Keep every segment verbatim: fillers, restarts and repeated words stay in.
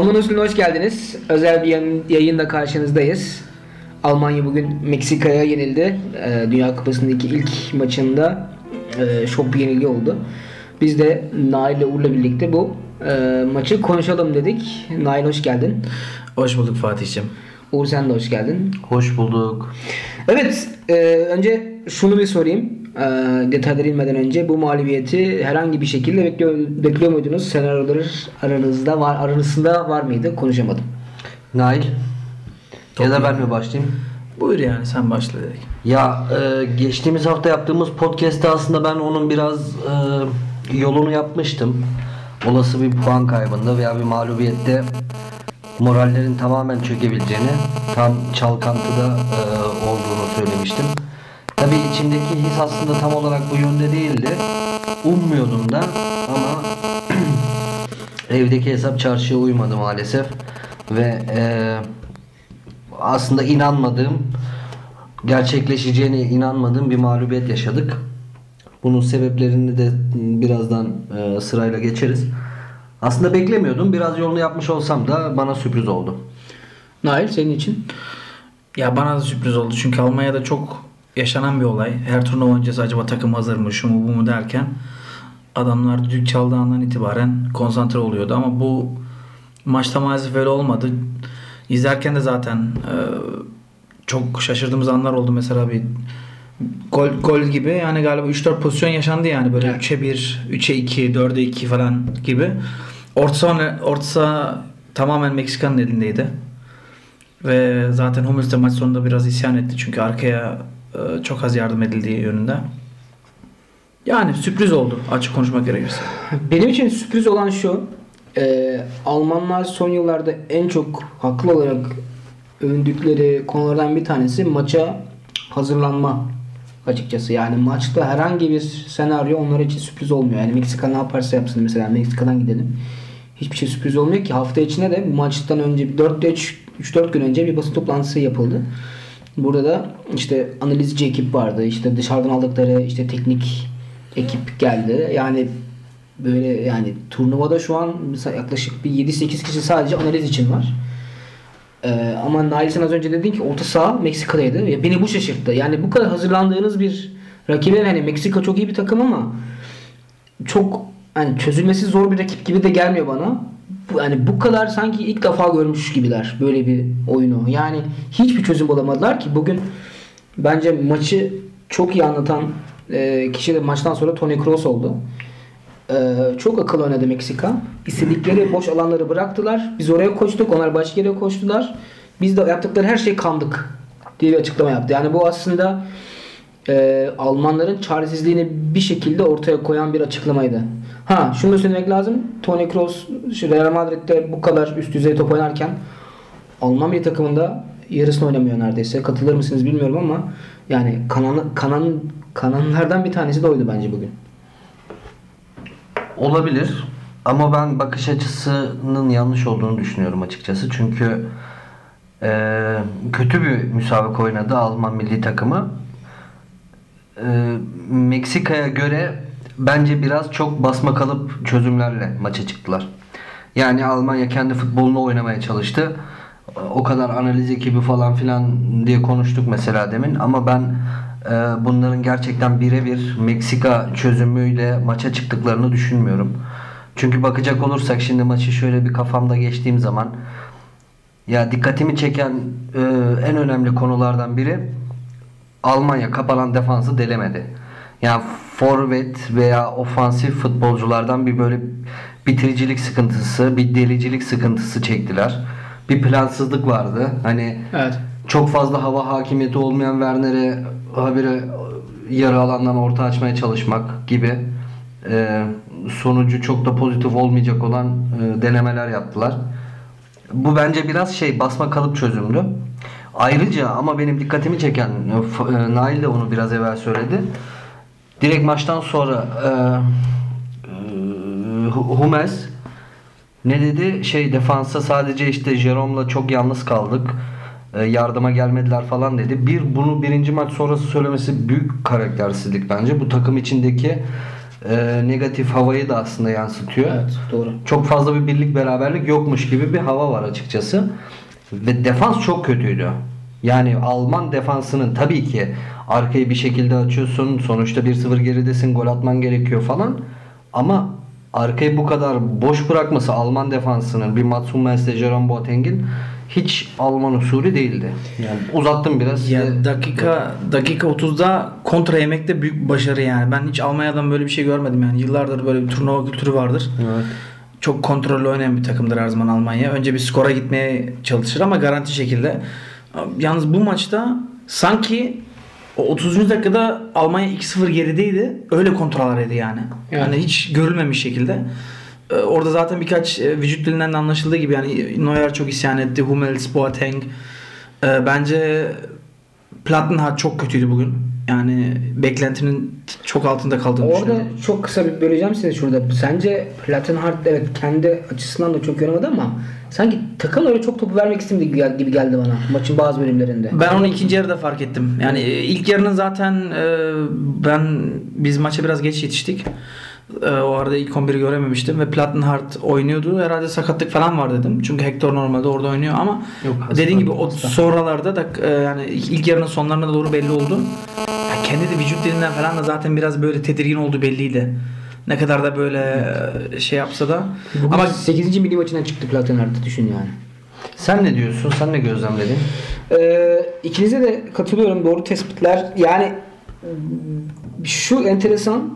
Alman Usulü'ne hoş geldiniz. Özel bir yayın, yayınla karşınızdayız. Almanya bugün Meksika'ya yenildi. Ee, Dünya Kupası'ndaki ilk maçında e, şok bir yenilgi oldu. Biz de Nail ile Uğur'la birlikte bu e, maçı konuşalım dedik. Nail hoş geldin. Hoş bulduk Fatih'ciğim. Uğur sen de hoş geldin. Hoş bulduk. Evet, e, önce şunu bir sorayım. E, detaylara inmeden önce bu mağlubiyeti herhangi bir şekilde bekliyor, bekliyor muydunuz? Senaryoları aranızda var, aranızda var mıydı? Konuşamadım. Nail. Ya da ben mi başlayayım? Buyur yani sen başla direkt. Ya e, geçtiğimiz hafta yaptığımız podcast'te aslında ben onun biraz e, yolunu yapmıştım. Olası bir puan kaybında veya bir mağlubiyette morallerin tamamen çökebileceğini, tam çalkantıda e, olduğunu söylemiştim. Tabii içimdeki his aslında tam olarak bu yönde değildi. Ummuyordum da ama evdeki hesap çarşıya uymadı maalesef. Ve e, aslında inanmadığım, gerçekleşeceğine inanmadığım bir mağlubiyet yaşadık. Bunun sebeplerini de birazdan e, sırayla geçeriz. Aslında beklemiyordum. Biraz yolunu yapmış olsam da bana sürpriz oldu. Nail senin için? Ya bana da sürpriz oldu çünkü Almanya'da çok yaşanan bir olay. Her turnuva öncesi acaba takım hazır mı, şu mu bu mu derken adamlar düdük çaldığı andan itibaren konsantre oluyordu ama bu maçta maalesef öyle olmadı. İzlerken de zaten e, çok şaşırdığımız anlar oldu. Mesela bir gol gol gibi yani galiba üç dört pozisyon yaşandı yani böyle evet. üçe bir, üçe iki, dörde iki falan gibi. Orta saha, orta saha tamamen Meksika'nın elindeydi. Ve zaten Hummels de maç sonunda biraz isyan etti çünkü arkaya e, çok az yardım edildiği yönünde. Yani sürpriz oldu açık konuşmak gerekirse. Benim için sürpriz olan şu. E, Almanlar son yıllarda en çok haklı olarak övündükleri konulardan bir tanesi maça hazırlanma açıkçası. Yani maçta herhangi bir senaryo onlar için sürpriz olmuyor. Yani Meksika ne yaparsa yapsın, mesela Meksika'dan gidelim. Hiçbir şey sürpriz olmuyor ki. Hafta içine de bu maçtan önce dört üç dört gün önce bir basın toplantısı yapıldı. Burada da işte analizci ekip vardı. İşte dışarıdan aldıkları işte teknik ekip geldi. Yani böyle yani turnuvada şu an mesela yaklaşık bir yedi sekiz kişi sadece analiz için var. Ee, ama Nail sen az önce dedin ki orta saha Meksika'daydı. Ya beni bu şaşırttı. Yani bu kadar hazırlandığınız bir rakibe, hani Meksika çok iyi bir takım ama çok hani çözülmesi zor bir rakip gibi de gelmiyor bana. Bu, yani bu kadar sanki ilk defa görmüş gibiler böyle bir oyunu. Yani hiçbir çözüm bulamadılar ki bugün. Bence maçı çok iyi anlatan e, kişi de maçtan sonra Toni Kroos oldu. Ee, çok akıl oynadı Meksika. İstedikleri boş alanları bıraktılar. Biz oraya koştuk. Onlar başka yere koştular. Biz de yaptıkları her şeyi kandık diye bir açıklama yaptı. Yani bu aslında e, Almanların çaresizliğini bir şekilde ortaya koyan bir açıklamaydı. Ha, şunu da söylemek lazım. Toni Kroos Real Madrid'de bu kadar üst düzey top oynarken Alman bir takımında yarısını oynamıyor neredeyse. Katılır mısınız bilmiyorum ama yani kanan, kanan, kananlardan bir tanesi de oydu bence bugün. Olabilir ama ben bakış açısının yanlış olduğunu düşünüyorum açıkçası. Çünkü e, kötü bir müsabaka oynadı Alman milli takımı. E, Meksika'ya göre bence biraz çok basma kalıp çözümlerle maça çıktılar. Yani Almanya kendi futbolunu oynamaya çalıştı. O kadar analiz ekibi falan filan diye konuştuk mesela demin ama ben e, bunların gerçekten birebir Meksika çözümüyle maça çıktıklarını düşünmüyorum. Çünkü bakacak olursak şimdi maçı şöyle bir kafamda geçtiğim zaman ya dikkatimi çeken e, en önemli konulardan biri Almanya kapanan defansı delemedi. Yani forvet veya ofansif futbolculardan bir böyle bitiricilik sıkıntısı, bir delicilik sıkıntısı çektiler. Bir plansızlık vardı. Hani evet. Çok fazla hava hakimiyeti olmayan Werner'e habire yarı alandan orta açmaya çalışmak gibi e, sonucu çok da pozitif olmayacak olan e, denemeler yaptılar. Bu bence biraz şey basma kalıp çözümdü. Ayrıca ama benim dikkatimi çeken e, Nail de onu biraz evvel söyledi. Direkt maçtan sonra e, e, Hummels ne dedi? Şey defansa sadece işte Jerome'la çok yalnız kaldık. E, yardıma gelmediler falan dedi. Bir bunu birinci maç sonrası söylemesi büyük karaktersizlik bence. Bu takım içindeki e, negatif havayı da aslında yansıtıyor. Evet, doğru. Çok fazla bir birlik beraberlik yokmuş gibi bir hava var açıkçası. Ve defans çok kötüydü. Yani Alman defansının tabii ki arkayı bir şekilde açıyorsun. Sonuçta bir sıfır geridesin. Gol atman gerekiyor falan. Ama arkayı bu kadar boş bırakması Alman defansının, bir Mats Hummels'le Jerome Boateng'in hiç Alman usulü değildi. Yani uzattım biraz. Ya size- dakika dakika otuzda kontra yemek de büyük bir başarı yani. Ben hiç Almanya'dan böyle bir şey görmedim yani. Yıllardır böyle bir turnuva kültürü vardır. Evet. Çok kontrollü oynayan bir takımdır her zaman Almanya. Önce bir skora gitmeye çalışır ama garanti şekilde. Yalnız bu maçta sanki o otuzuncu dakikada Almanya iki sıfır gerideydi. Öyle kontrollar yedi yani. Evet. Yani hiç görülmemiş şekilde. Ee, Orada zaten birkaç e, vücut dilinden de anlaşıldığı gibi yani Neuer çok isyan etti. Hummels, Boateng. Ee, Bence Plattenhardt çok kötüydü bugün. Yani beklentinin çok altında kaldığını Orada düşünüyorum. çok kısa bir böleceğim seni şurada. Sence Plattenhardt evet kendi açısından da çok oynamadı ama sanki takım öyle çok topu vermek istemedi gibi gel- gibi geldi bana maçın bazı bölümlerinde. Ben onu ikinci yarıda fark ettim. Yani e, ilk yarının zaten e, ben biz maça biraz geç yetiştik. E, o arada ilk on biri görememiştim ve Plattenhardt oynuyordu. Herhalde sakatlık falan var dedim. Çünkü Hector normalde orada oynuyor ama Yok, hasta, dediğin gibi o hasta. sonralarda da e, yani ilk ilk yarının sonlarına doğru belli oldu. Ya kendi de vücut dilinden falan da zaten biraz böyle tedirgin olduğu belliydi. Ne kadar da böyle e, şey yapsa da. Bugün Ama sekizinci milli maçından çıktı Plattenhardt'ı düşün yani. Sen ne diyorsun? Sen ne gözlemledin? Ee, ikinize de katılıyorum. Doğru tespitler. Yani şu enteresan,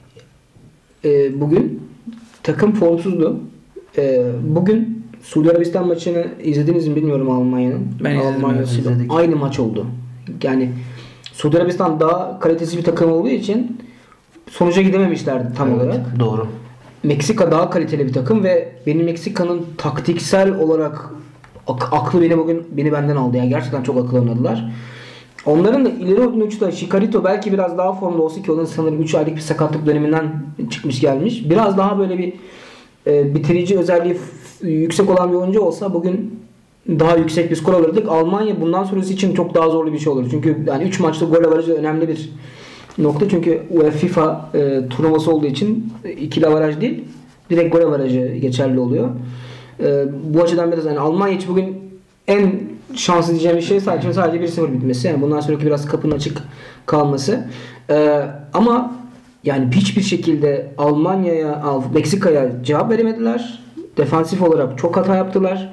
e, bugün takım formsuzdu. E, bugün Suudi Arabistan maçını izlediniz mi bilmiyorum Almanya'nın. Ben izledim, Almanya'sıyla evet, izledik. aynı maç oldu. Yani Suudi Arabistan daha kalitesiz bir takım olduğu için sonuca gidememişlerdi tam Evet, olarak. doğru. Meksika daha kaliteli bir takım ve benim Meksika'nın taktiksel olarak ak- aklı beni bugün beni benden aldı. Yani gerçekten çok akıl oynadılar. Onların da ileri oynadığı uçta Chicarito belki biraz daha formda olsa ki onun sanırım üç aylık bir sakatlık döneminden çıkmış gelmiş. Biraz daha böyle bir e, bitirici özelliği f- yüksek olan bir oyuncu olsa bugün daha yüksek bir skor alırdık. Almanya bundan sonrası için çok daha zorlu bir şey olur. Çünkü yani üç maçta gol avarajı önemli bir nokta. Çünkü UEFA FIFA e, turnuvası olduğu için ikili avaraj değil, direkt gol avarajı geçerli oluyor. E, bu açıdan biraz yani Almanya için bugün en şanslı diyeceğim bir şey sadece sadece bir sıfır bitmesi. Yani bundan sonraki biraz kapının açık kalması. E, ama yani hiçbir şekilde Almanya'ya, Meksika'ya cevap veremediler. Defansif olarak çok hata yaptılar.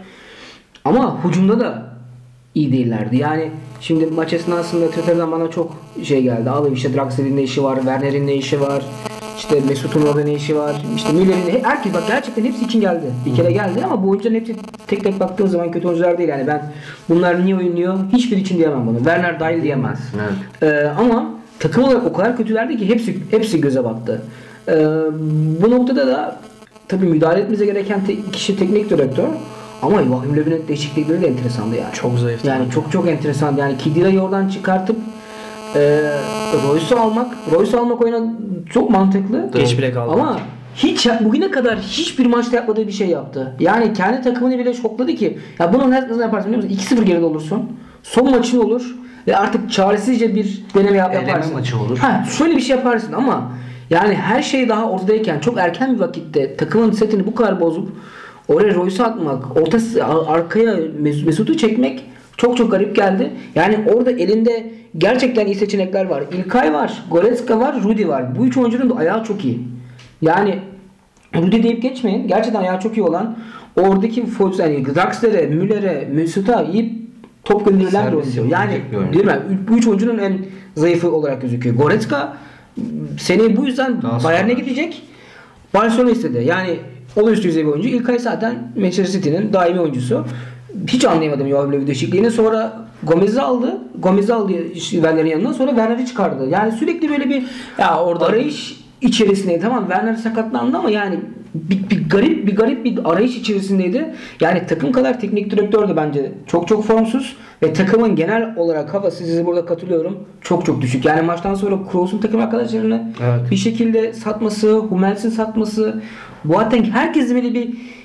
Ama hücumda da iyi değillerdi. Yani şimdi maç esnasında Twitter'dan bana çok şey geldi. Abi işte Draxler'in ne işi var, Werner'in ne işi var, işte Mesut'un orada ne işi var, işte Müller'in, herkes bak gerçekten hepsi için geldi. Bir kere geldi ama bu oyuncuların hepsi tek tek baktığın zaman kötü oyuncular değil. Yani ben bunlar niye oynuyor hiçbir için diyemem bunu. Werner dahil diyemez. Evet. Ee, ama takım olarak o kadar kötülerdi ki hepsi hepsi göze battı. Ee, bu noktada da tabii müdahale etmemize gereken te- kişi teknik direktör. Ama Joachim Löw'ün değişiklikleri de enteresandı yani. çok zayıftı. Yani çok çok enteresan. Yani Khedira oradan çıkartıp e, Royce'u almak, Royce'u almak oyuna çok mantıklı. Geç bile kaldı. Ama hiç bugüne kadar hiçbir maçta yapmadığı bir şey yaptı. Yani kendi takımını bile şokladı ki. Ya bunu nasıl yaparsın biliyor musun? iki sıfır geride olursun. Son maçın olur ve artık çaresizce bir deneme yap- Eleme yaparsın. maçı olur. Ha, şöyle bir şey yaparsın ama yani her şey daha ortadayken çok erken bir vakitte takımın setini bu kadar bozup oraya Royce'u atmak, ortası arkaya Mes- Mesut'u çekmek çok çok garip geldi. Yani orada elinde gerçekten iyi seçenekler var. İlkay var, Goretzka var, Rudy var. Bu üç oyuncunun da ayağı çok iyi. Yani Rudy deyip geçmeyin. Gerçekten ayağı çok iyi olan oradaki futbolcu yani Draxler'e, Müller'e, Mesut'a iyi top gönderilen bir Servis oyuncu. Yani yapabilecek bir oyuncu. değil mi? Bu üç oyuncunun en zayıfı olarak gözüküyor. Goretzka seneye bu yüzden Daha Bayern'e sonra. gidecek. Barcelona istedi. Yani olağanüstü düzey bir oyuncu. İlkay zaten Manchester City'nin daimi oyuncusu. Hiç anlayamadım Joachim Löw değişikliğini. Sonra Gomez'i aldı. Gomez'i aldı Werner'in yanına. Sonra Werner'i çıkardı. Yani sürekli böyle bir Ya orada arayış içerisindeydi. Tamam Werner sakatlandı ama yani bir, bir garip bir garip bir arayış içerisindeydi. Yani takım kadar teknik direktör de bence çok çok formsuz ve takımın genel olarak havası size burada katılıyorum. Çok çok düşük. Yani maçtan sonra Kroos'un takım arkadaşlarını Evet. bir şekilde satması, Hummels'in satması, Boateng herkesi böyle bir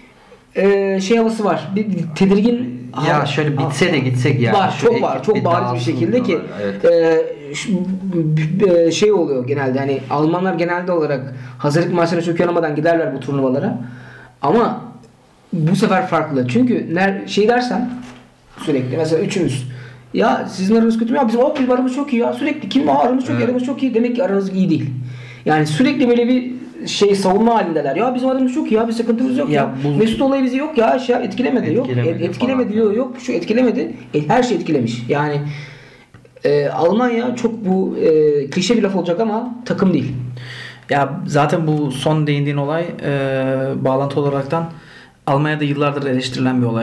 e, şey havası var. Bir tedirgin Ya hava- şöyle bitse de gitsek ya. Var, Şu çok ekip var. Çok bir bariz bir dağılsın şekilde ki diyorlar, evet. e, şu- b- b- şey oluyor genelde. Hani Almanlar genelde olarak hazırlık maçlarına çok oynamadan giderler bu turnuvalara. Ama bu sefer farklı. Çünkü ner şey dersen sürekli mesela üçümüz ya sizin aranız kötü mü? Ya bizim, bizim aramız çok iyi ya. Sürekli kim var? Aramız çok iyi, Evet. aramız çok iyi. Demek ki aranız iyi değil. Yani sürekli böyle bir şey savunma halindeler. Ya bizim aramız çok iyi ya. Bir sıkıntımız yok ya. Ya bu- Mesut olayı bizi yok ya. Şey etkilemedi. Yok. Etkilemedi Et- etkilemedi falan. diyor. Yok şu etkilemedi. E, her şey etkilemiş. Yani e, Almanya çok bu e, klişe bir laf olacak ama takım değil. Ya zaten bu son değindiğin olay e, bağlantı olaraktan Almanya'da yıllardır eleştirilen bir olay.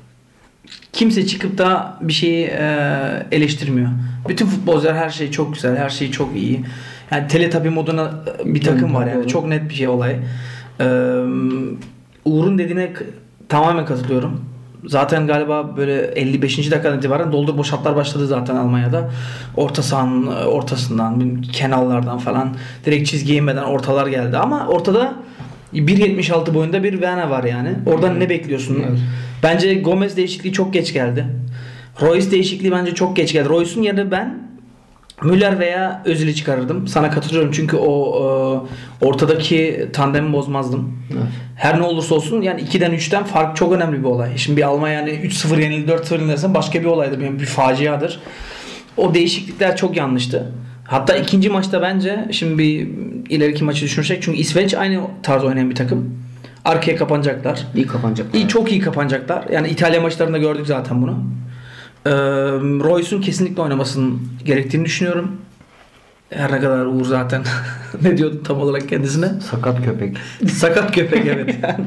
Kimse çıkıp da bir şeyi e, eleştirmiyor. Bütün futbolcular her şey çok güzel, her şey çok iyi. Yani Teletubby moduna bir takım var yani. Doğru. Çok net bir şey olay. E, Uğur'un dediğine k- tamamen katılıyorum. Zaten galiba böyle elli beşinci dakikadan itibaren doldur boşaltlar başladı zaten Almanya'da. Orta sahanın ortasından, kenarlardan falan direkt çizgiye inmeden ortalar geldi. Ama ortada bir yetmiş altı boyunda bir Werner var yani. Oradan ne bekliyorsun? Evet. Bence Gomez değişikliği çok geç geldi. Royce değişikliği bence çok geç geldi. Royce'un yerine ben Müller veya Özil'i çıkarırdım. Sana katılıyorum çünkü o e, ortadaki tandemi bozmazdım. Evet. Her ne olursa olsun yani ikiden üçten fark çok önemli bir olay. Şimdi bir Almanya yani üç sıfır yenildi, dört sıfır yenildi başka bir olaydır. Yani bir faciadır. O değişiklikler çok yanlıştı. Hatta ikinci maçta bence şimdi bir ileriki maçı düşünürsek çünkü İsveç aynı tarz oynayan bir takım. Arkaya kapanacaklar. İyi kapanacak. İyi, çok iyi kapanacaklar. Yani İtalya maçlarında gördük zaten bunu. Ee, Royce'un kesinlikle oynamasının gerektiğini düşünüyorum. Her ne kadar Uğur zaten ne diyordu tam olarak kendisine? Sakat köpek. Sakat köpek evet yani.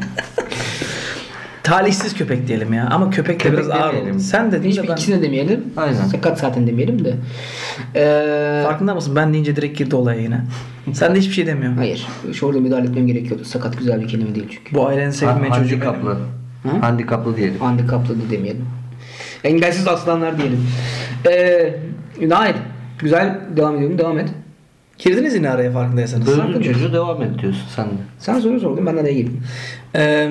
Talihsiz köpek diyelim ya. Ama köpek de Köpek biraz ağır demeyelim. oldu. Sen dedin Hiçbir de ben... ikisini demeyelim. Aynen. Sakat zaten demeyelim de. Ee, Farkında mısın? Ben deyince direkt girdi olaya yine. Sen de hiçbir şey demiyorsun. hayır. Şu orada müdahale etmem gerekiyordu. Sakat güzel bir kelime değil çünkü. Bu ailenin sevilmeyen çocuğu benim. Handikaplı. Hı? Handikaplı diyelim. Handikaplı da demeyelim. Engelsiz aslanlar diyelim. Ee, Nait. Güzel devam ediyorum. Devam et. Girdiniz yine araya farkındaysanız. Böldün çocuğu devam et diyorsun sen de. Sen soru sordun. Ben araya girdim. Eee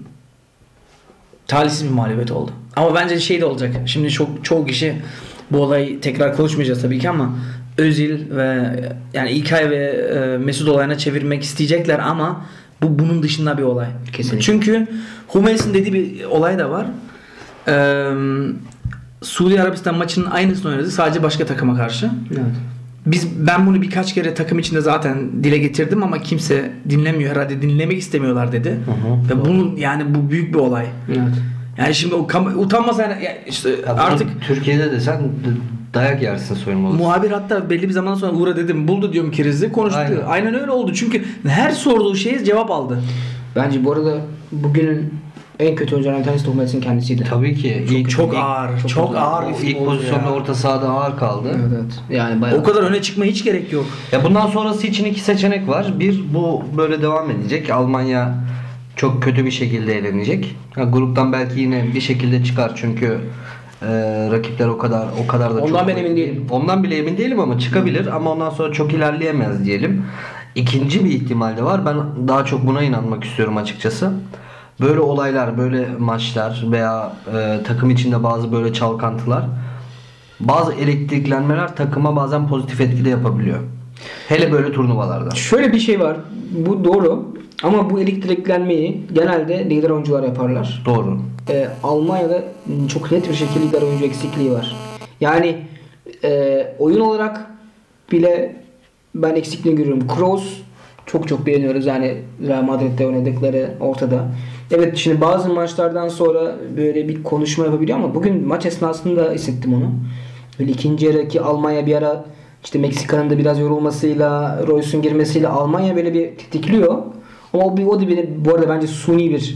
talihsiz bir mağlubiyet oldu. Ama bence şey de olacak. Şimdi çok çoğu kişi bu olayı tekrar konuşmayacağız tabii ki ama Özil ve yani İlkay ve e, Mesut olayına çevirmek isteyecekler ama bu bunun dışında bir olay. Kesinlikle. Çünkü Hummels'in dediği bir olay da var. Eee Suudi Arabistan maçının aynısını oynadı sadece başka takıma karşı. Evet. Biz ben bunu birkaç kere takım içinde zaten dile getirdim ama kimse dinlemiyor herhalde dinlemek istemiyorlar dedi. hı, Ve doğru. bunun yani bu büyük bir olay. Evet. Yani şimdi o kam- utanmasa yani işte Ya bunu artık Türkiye'de de sen d- dayak yersin soyunma odası. muhabir hatta belli bir zaman sonra Uğur'a dedim buldu diyorum kerizi konuştu. Aynen. Aynen. öyle oldu çünkü her sorduğu şeye cevap aldı. Bence bu arada bugünün en kötü oyuncularından bir tanesi de Hummels'in kendisiydi. Tabii ki. Çok, ilk, çok ilk- ağır, çok, çok ağır o bir ilk film oldu pozisyonda ya. orta sahada ağır kaldı. Evet, evet. Yani bayağı. O kadar öne çıkma hiç gerek yok. Ya bundan sonrası için iki seçenek var. Bir, bu böyle devam edecek. Almanya çok kötü bir şekilde elenecek. Ha, gruptan belki yine bir şekilde çıkar çünkü e, rakipler o kadar o kadar da Ondan çok ben emin değilim. Ondan bile emin değilim ama çıkabilir ama ondan sonra çok ilerleyemez diyelim. İkinci bir ihtimal de var. Ben daha çok buna inanmak istiyorum açıkçası. Böyle olaylar, böyle maçlar veya e, takım içinde bazı böyle çalkantılar, bazı elektriklenmeler takıma bazen pozitif etki de yapabiliyor. Hele böyle turnuvalarda. Şöyle bir şey var. Bu doğru. Ama bu elektriklenmeyi genelde lider oyuncular yaparlar. Doğru. Ee, Almanya'da çok net bir şekilde lider oyuncu eksikliği var. Yani e, oyun olarak bile ben eksikliğini görüyorum. Kroos çok çok beğeniyoruz yani Real Madrid'de oynadıkları ortada. Evet şimdi bazı maçlardan sonra böyle bir konuşma yapabiliyor ama bugün maç esnasında hissettim onu. Böyle ikinci yarıdaki Almanya bir ara işte Meksika'nın da biraz yorulmasıyla, Royce'un girmesiyle Almanya böyle bir tetikliyor. Ama o, bir, o da bir, bu arada bence suni bir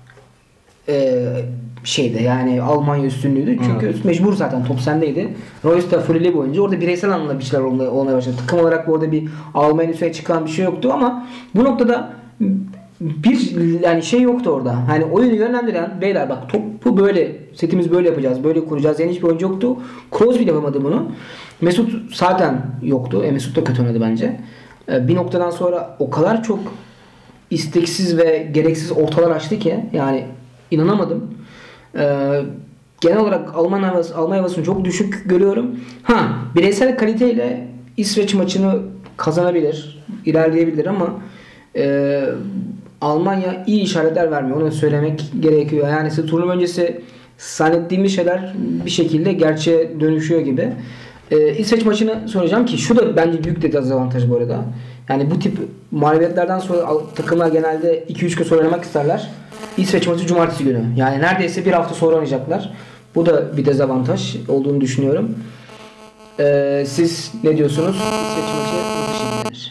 e, şeydi yani Almanya üstünlüğüydü. Çünkü Evet. mecbur zaten top sendeydi. Royce da fullli bir oyuncu. Orada bireysel anlamda bir şeyler olmaya, olmaya başladı. Takım olarak orada bir Almanya'nın üstüne çıkan bir şey yoktu ama bu noktada bir yani şey yoktu orada. Hani oyunu yönlendiren beyler bak topu böyle setimiz böyle yapacağız. Böyle kuracağız. Yani hiçbir oyuncu yoktu. Kroos bile yapamadı bunu. Mesut zaten yoktu. E, Mesut da kötü oynadı bence. E, bir noktadan sonra o kadar çok isteksiz ve gereksiz ortalar açtı ki yani inanamadım. Ee, genel olarak Alman havası, Almanya havasını çok düşük görüyorum. Ha, bireysel kaliteyle İsveç maçını kazanabilir, ilerleyebilir ama e, Almanya iyi işaretler vermiyor. Onu söylemek gerekiyor. Yani size turnuva öncesi zannettiğimiz şeyler bir şekilde gerçeğe dönüşüyor gibi. Ee, İsveç maçını soracağım ki şu da bence büyük de dezavantaj bu arada. Yani bu tip mağlubiyetlerden sonra takımlar genelde iki üç gün sonra oynamak isterler. İsveç maçı cumartesi günü. Yani neredeyse bir hafta sonra oynayacaklar. Bu da bir dezavantaj olduğunu düşünüyorum. Ee, siz ne diyorsunuz? İsveç maçı nasıl şekillenir?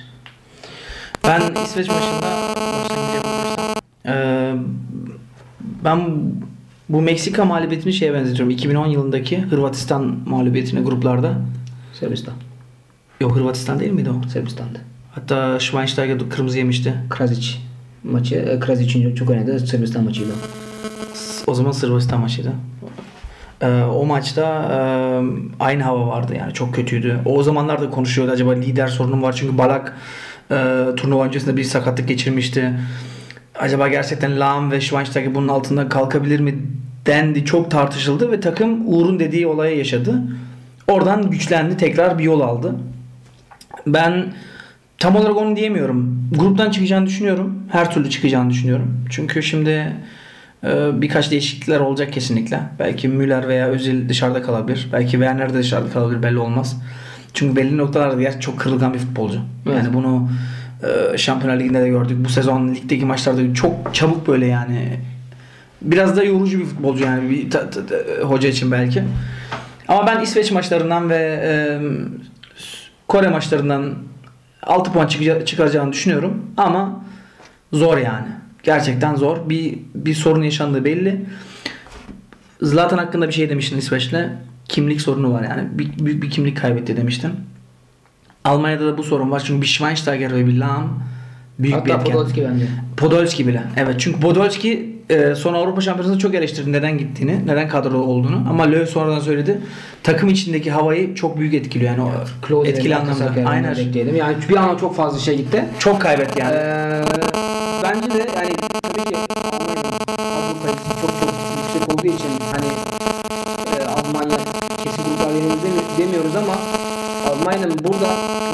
Ben İsveç maçında başlangıcı yapabilirsem eee, ben bu Meksika mağlubiyetini şeye benzetiyorum. iki bin on yılındaki Hırvatistan mağlubiyetine gruplarda. Sırbistan. Yok, Hırvatistan değil miydi o? Sırbistan'da. Hatta Schweinsteiger kırmızı yemişti. Krasic maçı. Krasic'in çok oynadı. Sırbistan maçıydı. O zaman Sırbistan maçıydı. Ee, o maçta e, aynı hava vardı, yani çok kötüydü. O zamanlar da konuşuyordu, acaba lider sorunum var çünkü Balak e, turnuva öncesinde bir sakatlık geçirmişti. Acaba gerçekten Lahm ve Schweinsteiger bunun altından kalkabilir mi dendi, çok tartışıldı ve takım Uğur'un dediği olayı yaşadı. Oradan güçlendi, tekrar bir yol aldı. Ben tam olarak onu diyemiyorum. Gruptan çıkacağını düşünüyorum. Her türlü çıkacağını düşünüyorum. Çünkü şimdi e, birkaç değişiklikler olacak kesinlikle. Belki Müller veya Özil dışarıda kalabilir. Belki Werner de dışarıda kalabilir, belli olmaz. Çünkü belli noktalarda gerçekten çok kırılgan bir futbolcu. Evet. Yani bunu e, Şampiyonlar Ligi'nde de gördük. Bu sezon ligdeki maçlarda çok çabuk böyle yani. Biraz da yorucu bir futbolcu yani bir ta, ta, ta, hoca için belki. Ama ben İsveç maçlarından ve e, Kore maçlarından altı puan çıkaca- çıkaracağını düşünüyorum. Ama zor yani. Gerçekten zor. Bir bir sorun yaşandığı belli. Zlatan hakkında bir şey demiştin İsveç'le. Kimlik sorunu var yani. Bir- Büyük bir kimlik kaybetti demiştin. Almanya'da da bu sorun var. Çünkü bir Schweinsteiger ve bir Lahm büyük bir Hatta etken. Podolski bence. Podolski bile. Evet, çünkü Podolski e, son Avrupa Şampiyonası'nda çok eleştirdi neden gittiğini, neden kadroda olduğunu. Ama Löw sonradan söyledi. Takım içindeki havayı çok büyük etkiliyor yani o Klose etkili ile anlamda. Mertesacker Aynen. bekleyelim. Yani bir anda çok fazla şey gitti. Çok kaybetti yani. Ee, bence de yani tabii ki Almanya'nın kadro kalitesi çok çok yüksek olduğu için hani e, Almanya kesin gruplar yenildi demi- demiyoruz ama Almanya'nın burada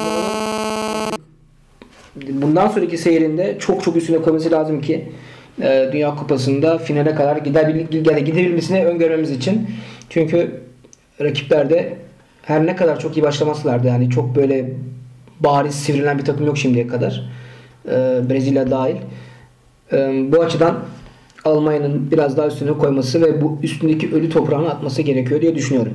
bundan sonraki seyrinde çok çok üstüne koyması lazım ki e, Dünya Kupası'nda finale kadar gidebil yani gidebilmesini öngörmemiz için. Çünkü rakipler de her ne kadar çok iyi başlamasılardı yani çok böyle bariz sivrilen bir takım yok şimdiye kadar. E, Brezilya dahil. E, bu açıdan Almanya'nın biraz daha üstüne koyması ve bu üstündeki ölü toprağını atması gerekiyor diye düşünüyorum.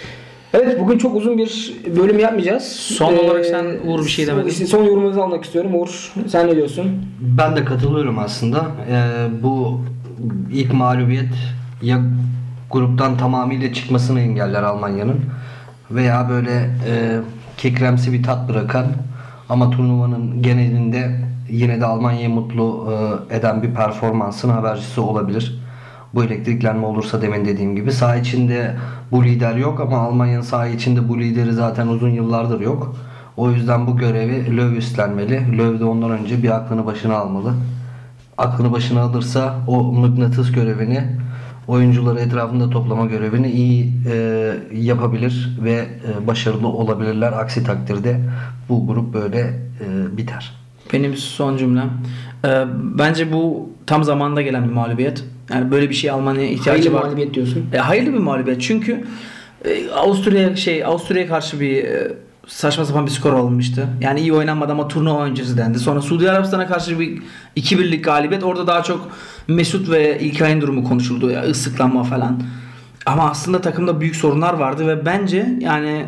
Evet, bugün çok uzun bir bölüm yapmayacağız. Son olarak sen Uğur bir şey demedin. Son, son yorumunuzu almak istiyorum. Uğur, sen ne diyorsun? Ben de katılıyorum aslında. Ee, bu ilk mağlubiyet ya gruptan tamamıyla çıkmasını engeller Almanya'nın veya böyle e, kekremsi bir tat bırakan ama turnuvanın genelinde yine de Almanya'yı mutlu e, eden bir performansın habercisi olabilir. Bu elektriklenme olursa demin dediğim gibi saha içinde bu lider yok ama Almanya'nın saha içinde bu lideri zaten uzun yıllardır yok. O yüzden bu görevi Löw üstlenmeli. Löw de ondan önce bir aklını başına almalı. Aklını başına alırsa o mıknatıs görevini, oyuncuları etrafında toplama görevini iyi e, yapabilir ve e, başarılı olabilirler. Aksi takdirde bu grup böyle e, biter. Benim son cümlem. Ee, bence bu tam zamanında gelen bir mağlubiyet. Yani böyle bir şey Almanya'ya ihtiyacı Hayırlı var. mağlubiyet diyorsun. E, hayırlı bir mağlubiyet çünkü e, Avusturya şey Avusturya'ya karşı bir e, saçma sapan bir skor alınmıştı. Yani iyi oynanmadı ama turnuva öncesi dendi. Sonra Suudi Arabistan'a karşı bir iki birlik galibiyet. Orada daha çok Mesut ve İlkay'ın durumu konuşuldu. Ya, ıslıklanma falan. Ama aslında takımda büyük sorunlar vardı ve bence yani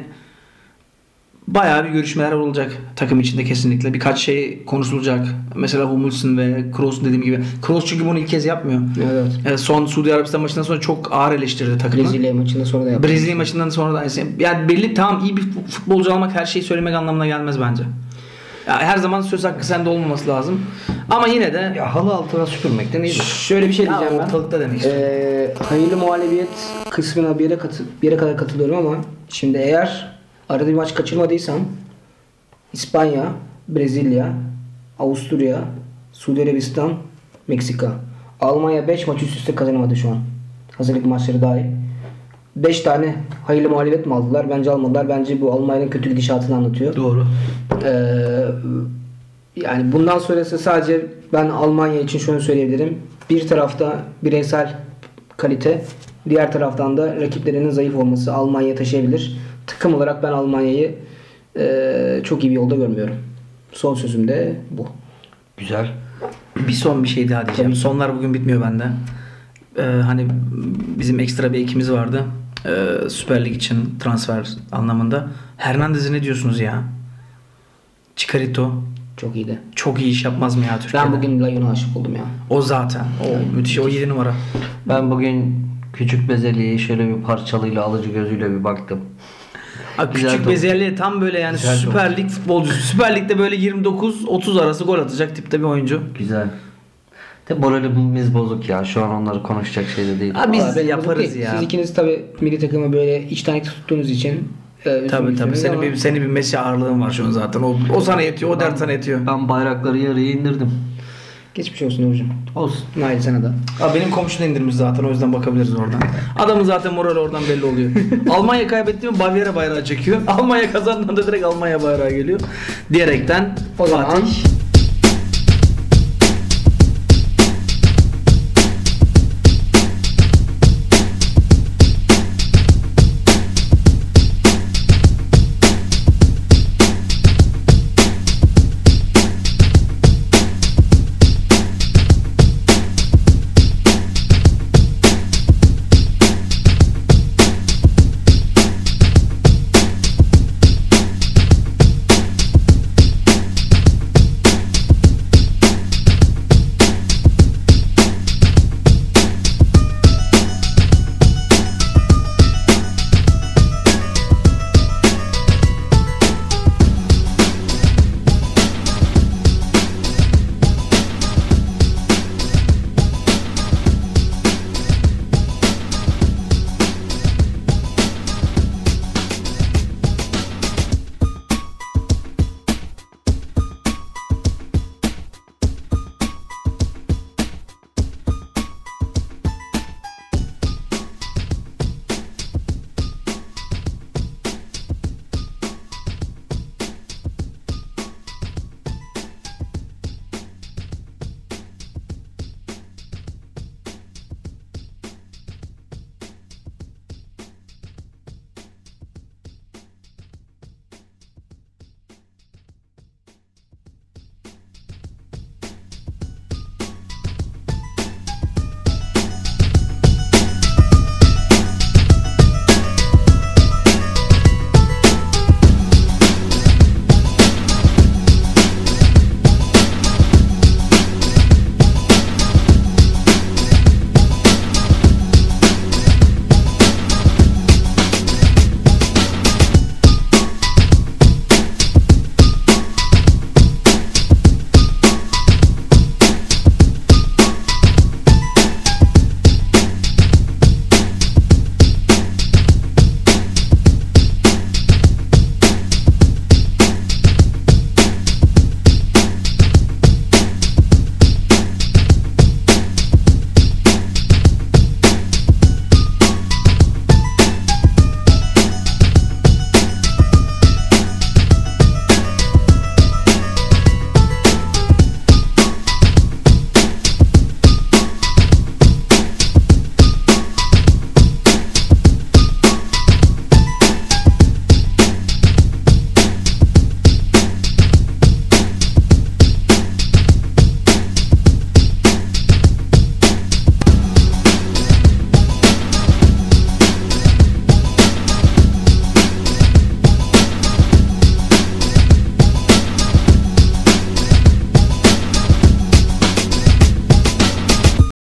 bayağı bir görüşmeler olacak takım içinde kesinlikle. Birkaç şey konuşulacak. Mesela Hummels'ın ve Kroos'un dediğim gibi. Kroos çünkü bunu ilk kez yapmıyor. Evet. E, son Suudi Arabistan maçından sonra çok ağır eleştirdi takımı. Brezilya maçında sonra da yaptı. Brezilya maçından sonra da aynısı. Yani belli, tamam, iyi bir futbolcu almak her şeyi söylemek anlamına gelmez bence. Ya her zaman söz hakkı sende olmaması lazım. Ama yine de Ya halı altına süpürmekten iyidir. şöyle bir şey ya, diyeceğim ben. ortalıkta demek istiyorum. Ee, hayırlı muhalefet kısmına bir yere, katı, bir yere kadar katılıyorum ama şimdi eğer arada bir maç kaçırmadıysam İspanya, Brezilya, Avusturya, Suudi Arabistan, Meksika. Almanya beş maç üst üste kazanamadı şu an. Hazırlık maçları dahil. beş tane hayırlı mağlubiyet mi aldılar? Bence almadılar. Bence bu Almanya'nın kötü gidişatını anlatıyor. Doğru. Ee, yani bundan sonrası sadece ben Almanya için şunu söyleyebilirim. Bir tarafta bireysel kalite, diğer taraftan da rakiplerinin zayıf olması Almanya taşıyabilir. Takım olarak ben Almanya'yı e, çok iyi bir yolda görmüyorum. Son sözüm de bu. Güzel. Bir son bir şey daha diyeceğim. Tabii ki. Sonlar bugün bitmiyor bende. Ee, hani bizim ekstra bir ekimiz vardı. Ee, Süper Lig için transfer anlamında. Hernandez'e ne diyorsunuz ya? Chicarito Çok iyiydi. çok iyi iş yapmaz mı ya Türkiye'de? Ben bugün Layon'a aşık oldum ya. O zaten. O müthiş. O yedi numara. Ben bugün küçük bezelyeye şöyle bir parçalıyla alıcı gözüyle bir baktım. Abi Güzel küçük top. bezelye tam böyle yani Güzel top. Süper Lig futbolcusu. Süper Lig'de böyle yirmi dokuz otuz arası gol atacak tipte bir oyuncu. Güzel. De moralimiz bozuk ya. Şu an onları konuşacak şey de değil. Abi biz Vallahi benim yaparız bozuk değil. ya. Siz ikiniz tabi milli takımı böyle içten tuttuğunuz için e, Tabii tabii. üzülüyorsunuz Senin ama bir, senin bir Messi ağırlığın var şu an zaten. O, o sana yetiyor. O dert sana yetiyor. Ben bayrakları yarıya indirdim. geçmiş olsun Uğur'cum. Olsun. Nail sana da. Abi benim komşu da indirmiş zaten, o yüzden bakabiliriz oradan. Adamın zaten morali oradan belli oluyor. Almanya kaybetti mi Bavyera bayrağı çekiyor. Almanya kazandığında direkt Almanya bayrağı geliyor. Diyerekten O zaman Fatih